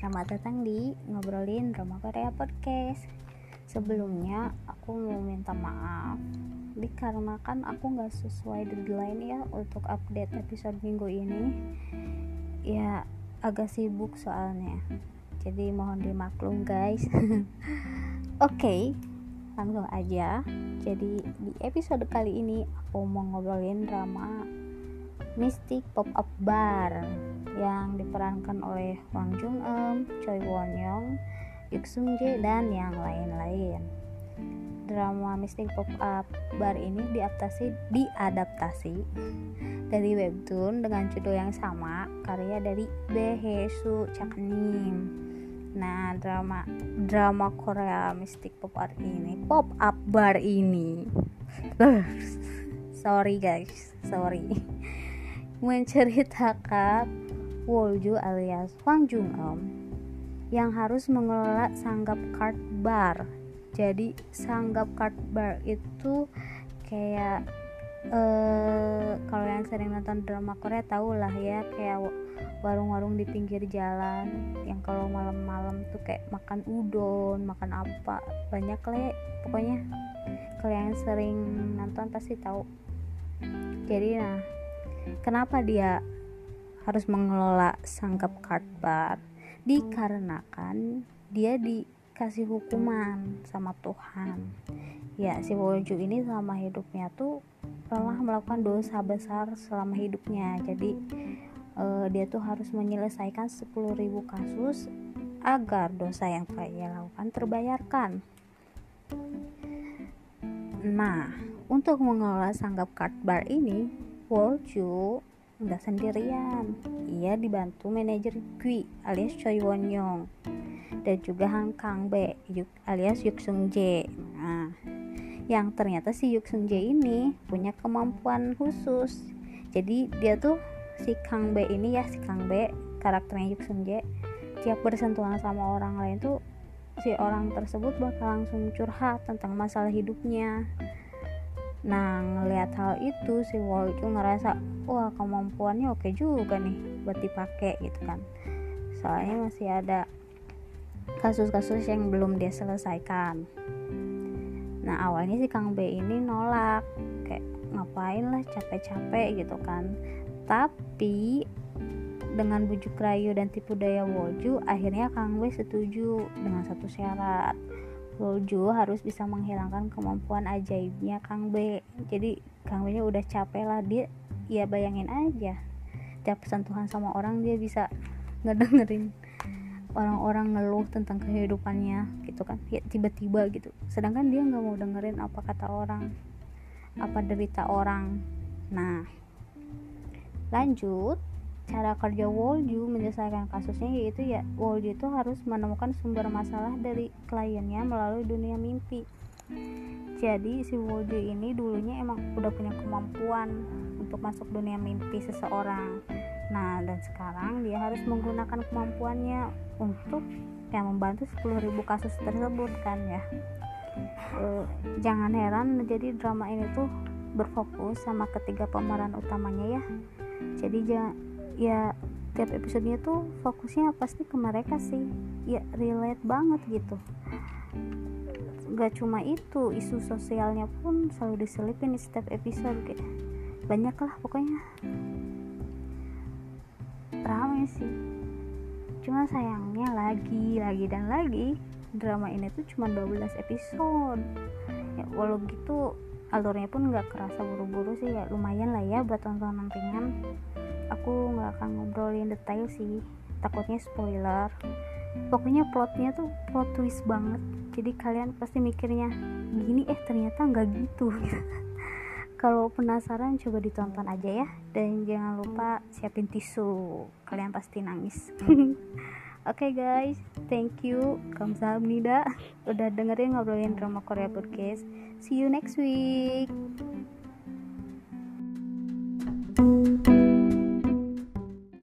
Selamat datang di Ngobrolin Drama Korea Podcast. Sebelumnya aku mau minta maaf dikarenakan aku gak sesuai deadline ya untuk update episode minggu ini. Ya agak sibuk soalnya, jadi mohon dimaklum guys. Oke, langsung aja. Jadi di episode kali ini aku mau ngobrolin drama Mystic Pop-Up Bar yang diperankan oleh Hwang Jung-eum, Choi Won-young, Yuk Sung-jae, dan yang lain-lain. Drama Mystic Pop-Up Bar ini diadaptasi dari webtoon dengan judul yang sama, karya dari Bae Hye-soo Chaknim. Nah, drama Korea Mystic Pop-Up Bar ini sorry menceritakan Wolju alias Hwang Jung-eum yang harus mengelola Sanggap Card Bar. Jadi Sanggap Card Bar itu kayak kalau yang sering nonton drama Korea tahu lah ya, kayak warung-warung di pinggir jalan yang kalau malam-malam tuh kayak makan udon, makan apa, banyak lah pokoknya. Kalau yang sering nonton pasti tahu. Jadi kenapa dia harus mengelola Sanggap Card Bar? Dikarenakan dia dikasih hukuman sama Tuhan. Ya, si Wolju ini selama hidupnya tuh pernah melakukan dosa besar selama hidupnya. Jadi dia tuh harus menyelesaikan 10.000 kasus agar dosa yang telah ia lakukan terbayarkan. Nah, untuk mengelola Sanggap Card Bar ini, Wolju nggak sendirian. Ia dibantu manajer Gwi alias Choi Won-young dan juga Han Kang-bae alias Yuk Sung-jae. Nah, yang ternyata si Yuk Sung-jae ini punya kemampuan khusus. Jadi dia tuh si Kang-bae ini ya, si Kang-bae karakternya Yuk Sung-jae, tiap bersentuhan sama orang lain tuh si orang tersebut bakal langsung curhat tentang masalah hidupnya. Nah, ngelihat hal itu si Wolju ngerasa, wah kemampuannya oke juga nih buat dipakai gitu kan. Soalnya masih ada kasus-kasus yang belum dia selesaikan. Nah, awalnya si Kang Bae ini nolak, kayak ngapain lah capek-capek gitu kan. Tapi dengan bujuk rayu dan tipu daya Wolju, akhirnya Kang Bae setuju dengan satu syarat. Wolju harus bisa menghilangkan kemampuan ajaibnya Kang Bae. Jadi Kang Bae nya udah capek lah, dia ya bayangin aja tiap sentuhan sama orang dia bisa ngedengerin orang-orang ngeluh tentang kehidupannya gitu kan, ya tiba-tiba gitu. Sedangkan dia nggak mau dengerin apa kata orang, apa derita orang. Nah, lanjut, cara kerja Wolju menyelesaikan kasusnya yaitu ya Wolju itu harus menemukan sumber masalah dari kliennya melalui dunia mimpi. Jadi si Wolju ini dulunya emang udah punya kemampuan untuk masuk dunia mimpi seseorang. Nah, dan sekarang dia harus menggunakan kemampuannya untuk membantu 10.000 kasus tersebut kan ya. Jangan heran jadi drama ini tuh berfokus sama ketiga pemeran utamanya ya. Jadi ya tiap episodenya tuh fokusnya pasti ke mereka sih, ya relate banget gitu. Gak cuma itu, isu sosialnya pun selalu diselipin di setiap episode, kayak banyak lah pokoknya, ramai sih. Cuma sayangnya lagi drama ini tuh cuma 12 episode ya. Walau gitu alurnya pun gak kerasa buru-buru sih, ya lumayan lah ya buat tontonan ringan. Aku gak akan ngobrolin detail sih, takutnya spoiler. Pokoknya plotnya tuh plot twist banget, jadi kalian pasti mikirnya gini, ternyata gak gitu. Kalau penasaran coba ditonton aja ya. Dan jangan lupa siapin tisu, kalian pasti nangis. Oke guys, thank you, kamsahamnida udah dengerin ngobrolin drama Korea Podcast. See you next week.